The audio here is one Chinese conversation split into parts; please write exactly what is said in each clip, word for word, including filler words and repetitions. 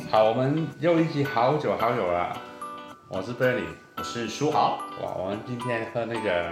好，我们又一集好久好久了。我是 Bernie， 我是书豪。 哇，我们今天喝那个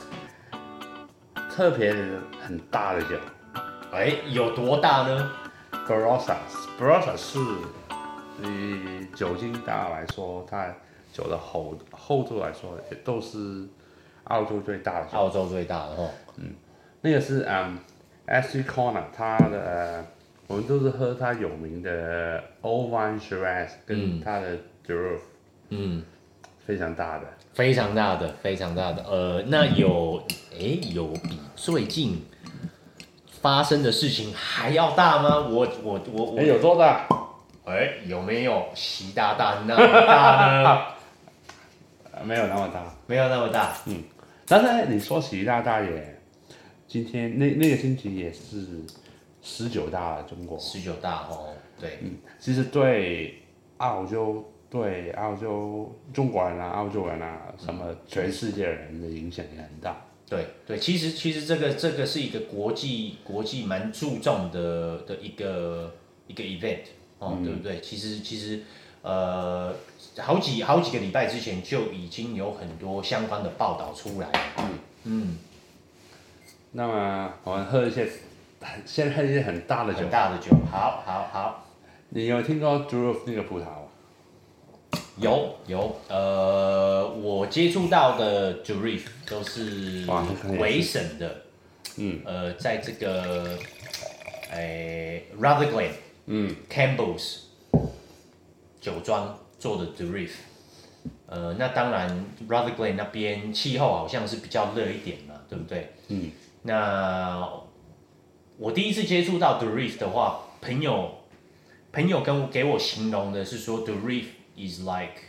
特别的很大的酒， 哎，有多大呢 Barossa。Barossa 是以酒精大来说，它酒的厚厚度来说，也都是澳洲最大的酒。 澳洲最大的哦。 嗯，那个是嗯 Ashley Corner， 它的、呃、我们都是喝它有名的 Old Vine Shiraz 跟它的 Duruf， 嗯， 非常大的。 非常大的，非常大的。呃，那有哎有比最近发生的事情还要大吗？我我我我哎，有多大？ 哎，有没有习大大那么大呢？ 呃没有那么大， 没有那么大。 嗯，但是你说习大大也，今天那那个星期也是十九大了，中国十九大哦，对， 嗯，其实对澳洲对澳洲中国人啊、澳洲人啊，什么全世界人的影响也很大。 对对，其实其实这个这个是一个国际国际蛮注重的的一个一个 event 哦，嗯、对不对？其实其实呃，好几好几个礼拜之前就已经有很多相关的报道出来。嗯嗯， 那么我们喝一些，先喝一些很大的酒。 很大的酒，好好好。 你有听过 Duruf 那个葡萄吗？ 有有，呃，我接触到的 Durif 都是维省的，嗯，呃，在这个，诶 Rutherglen，嗯 ，Campbell's 酒庄做的 Durif，呃，那当然 Rutherglen 那边气候好像是比较热一点嘛，对不对？嗯，那我第一次接触到 Durif 的话，朋友朋友跟我给我形容的是说 Durif is like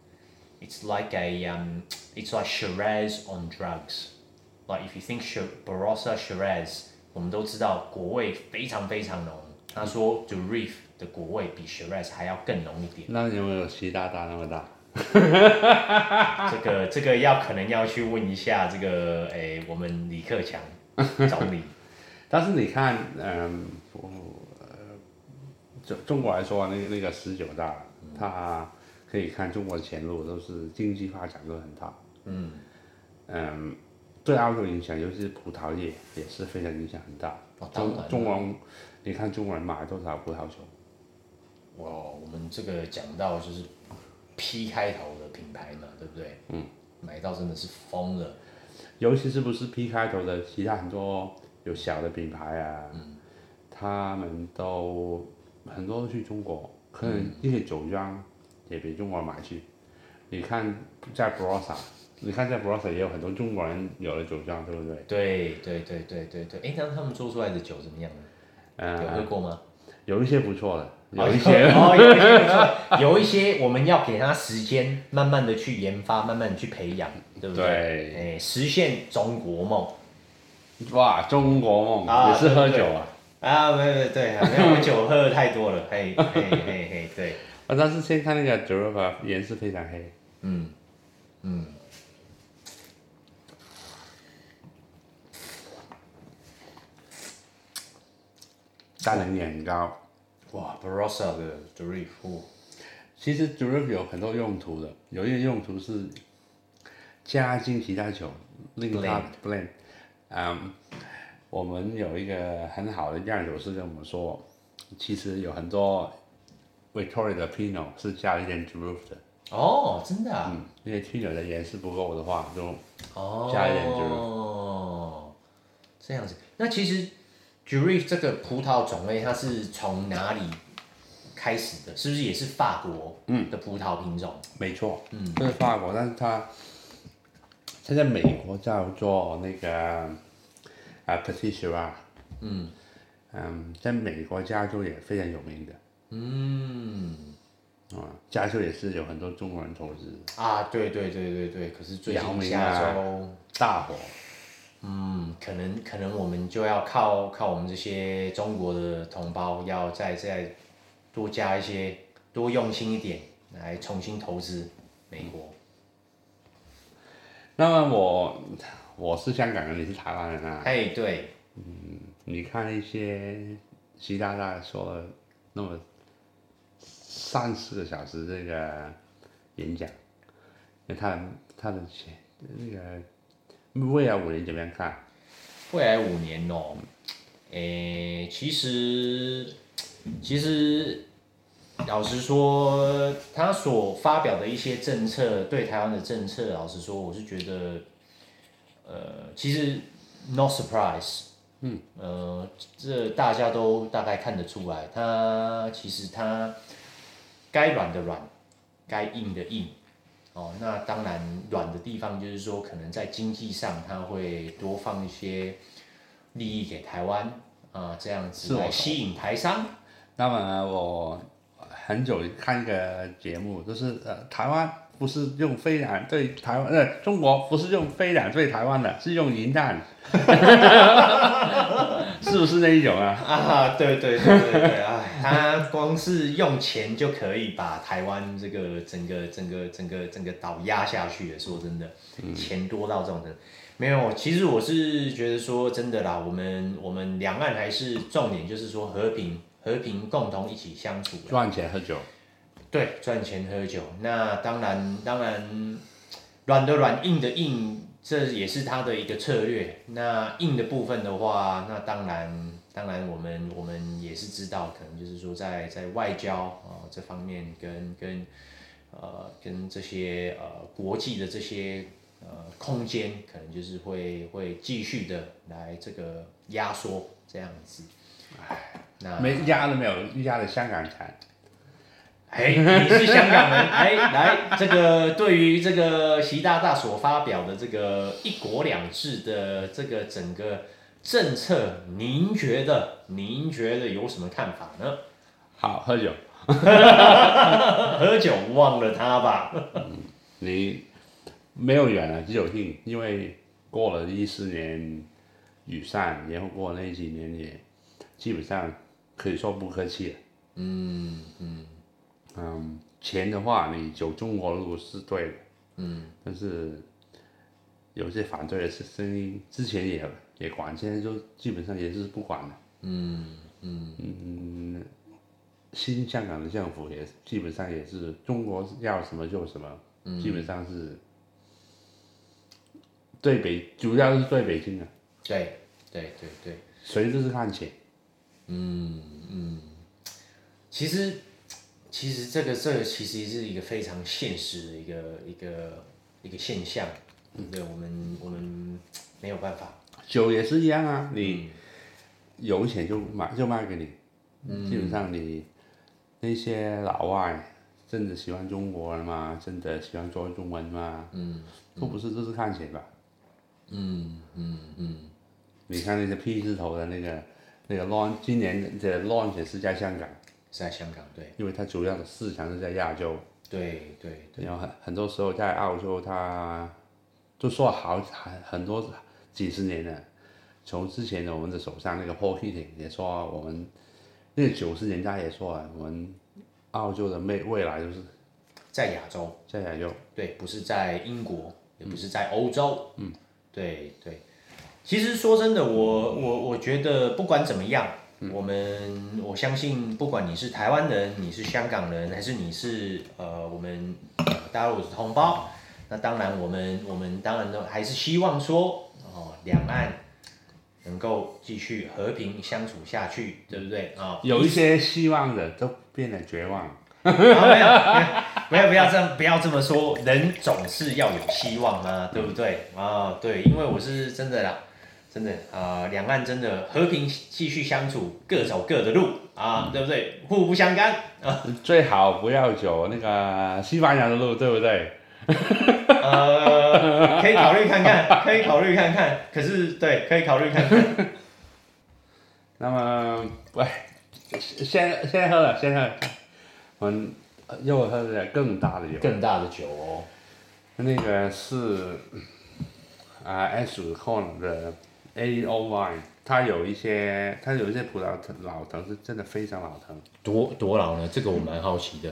it's like a um it's like Shiraz on drugs. Like if you think Barossa Shiraz， 我们都知道果味非常非常浓。他说 Durif 的果味比 Shiraz 还要更浓一点。 那有没有习大大那么大？ 这个这个要可能要去问一下这个诶、欸、我们李克强总理。 但是你看，嗯，呃，中国来说，那那个十九大，它可以看中国的前路都是经济发展都很大，嗯嗯，对澳洲影响，尤其是葡萄业也是非常影响很大。 哦、中中国，你看中国人买多少葡萄酒？ 哇，我们这个讲到就是 P 开头的品牌嘛，对不对？嗯，买到真的是疯了。 尤其是不是 P 开头的，其他很多有小的品牌啊，嗯、他们都很多都去中国，可能一些酒庄也比中国买去。你看在 Barossa， 你看在 Barossa 也有很多中国人有的酒庄，对不对？ 对对对对对对，哎，那他们做出来的酒怎么样呢？呃、有喝过吗？ 有一些不错的，有一些哦，有一些不错，有一些我们要给他时间，慢慢的去研发，慢慢的去培养，对不对？ 对， 哎，实现中国梦。 哇，中国梦、啊、也是喝酒啊？ 啊，没有没有，对，没有，我酒喝的太多了，嘿嘿嘿嘿，对。 啊，但是先看那个 Duruf 颜色非常黑， 嗯嗯。 单宁也很高。 哇 ，Barossa 的 Durif， 其实 Durif 有很多用途的，有一个用途是加进其他酒，令它 blend。嗯，我们有一个很好的酿酒师跟我们说，其实有很多 Victoria 的 Pinot 是加一点 Durif 的。 哦，真的啊？ 嗯，因为 Pinot 的颜色不够的话，就加一点 Durif。 哦，这样子。那其实 Durif 这个葡萄种类，它是从哪里开始的？是不是也是法国的葡萄品种？ 嗯、没错，嗯，这是法国，但是它它在美国叫做那个啊 Petit Shiraz， 嗯嗯，在美国加州也非常有名的，嗯，啊，加州也是有很多中国人投资啊，对对对对对，可是最近加州、啊、 大火。 嗯，可能可能我们就要靠靠我们这些中国的同胞，要再再多加一些，多用心一点，来重新投资美国。 那么我我是香港人，你是台湾人啊？ 哎，对。 嗯，你看一些习大大说的那么三四个小时这个演讲，那他的他的那个未来五年怎么样看？ 未来五年哦，诶，其实其实老实说，他所发表的一些政策，对台湾的政策，老实说，我是觉得，呃，其实 no surprise，嗯，呃，这大家都大概看得出来，他其实他该软的软，该硬的硬。哦，那当然软的地方就是说，可能在经济上，它会多放一些利益给台湾啊，这样子来吸引台商。 那么我很久看一个节目，就是呃，台湾不是用飞弹对台湾，呃，中国不是用飞弹对台湾的，是用银弹，是不是那一种啊？ 啊，对对对对对啊，他光是用钱就可以把台湾这个整个整个整个整个岛压下去了。说真的，钱多到这种程度。没有，其实我是觉得说真的啦，我们我们两岸还是重点就是说和平和平共同一起相处， 赚钱喝酒。 对，赚钱喝酒。那当然当然，软的软，硬的硬，这也是他的一个策略。那硬的部分的话，那当然当然我们我们也是知道，可能就是说在在外交啊、呃、这方面跟跟呃跟这些呃国际的这些呃空间，可能就是会会继续的来这个压缩这样子。 那没压都没有，压的香港惨。 哎，你是香港人，哎，来，这个对于这个习大大所发表的这个一国两制的这个整个政策，您觉得您觉得有什么看法呢？ 好，喝酒， 喝酒忘了他吧。 嗯、你没有远了，只有近，因为过了一四年雨伞，然后过了那几年也基本上可以说不客气了。嗯嗯。嗯，钱的话，你走中国路是对的，嗯，但是有些反对的声音，之前也也管，现在就基本上也是不管了，嗯嗯嗯，新香港的政府也基本上也是中国要什么就什么，嗯、基本上是对北，主要是对北京的， 对对对对， 谁都是看钱， 嗯嗯，其实。其实这个这个其实是一个非常现实的一个一个一个现象，对不对？我们我们没有办法。 酒也是一样啊，你有钱就买就卖给你，嗯、基本上你那些老外真的喜欢中国人吗？真的喜欢说中文吗？嗯，都不是，都是看钱吧。嗯嗯嗯。你看那些 P 字头的那个那个 launch， 今年的 launch 也是在香港。 是在香港，对， 因为它主要的市场是在亚洲， 对对对， 然后很很多时候在澳洲，它就说好很很多几十年了，从之前的我们的首相那个 Paul Keating 也说，我们那个九十年代也说啊，我们澳洲的未未来就是在亚洲， 在亚洲， 对，不是在英国，也不是在欧洲，嗯，对对，其实说真的，我我我觉得不管怎么样。我们我相信，不管你是台湾人，你是香港人，还是你是呃我们大陆的同胞，那当然我们我们当然都还是希望说，哦，两岸能够继续和平相处下去，对不对啊？ 有一些希望的都变得绝望。 啊、没有没有没有不要这样不要这么说，人总是要有希望嘛，对不对啊？对，因为我是真的啦。真的啊，两、呃、岸真的和平继续相处，各走各的路啊，对不对？互不相干啊。 最好不要走那个西班牙的路，对不对？ 呃，可以考虑看看，可以考虑看看。可是，对，可以考虑看看。 那么，喂，先先喝了，先喝。我们又喝了更大的酒。 更大的酒哦。 那个是啊 S 五 Corner 的。A O Y， 它有一些，它有一些葡萄藤老藤是真的非常老藤。 多多老呢？这个我蛮好奇的。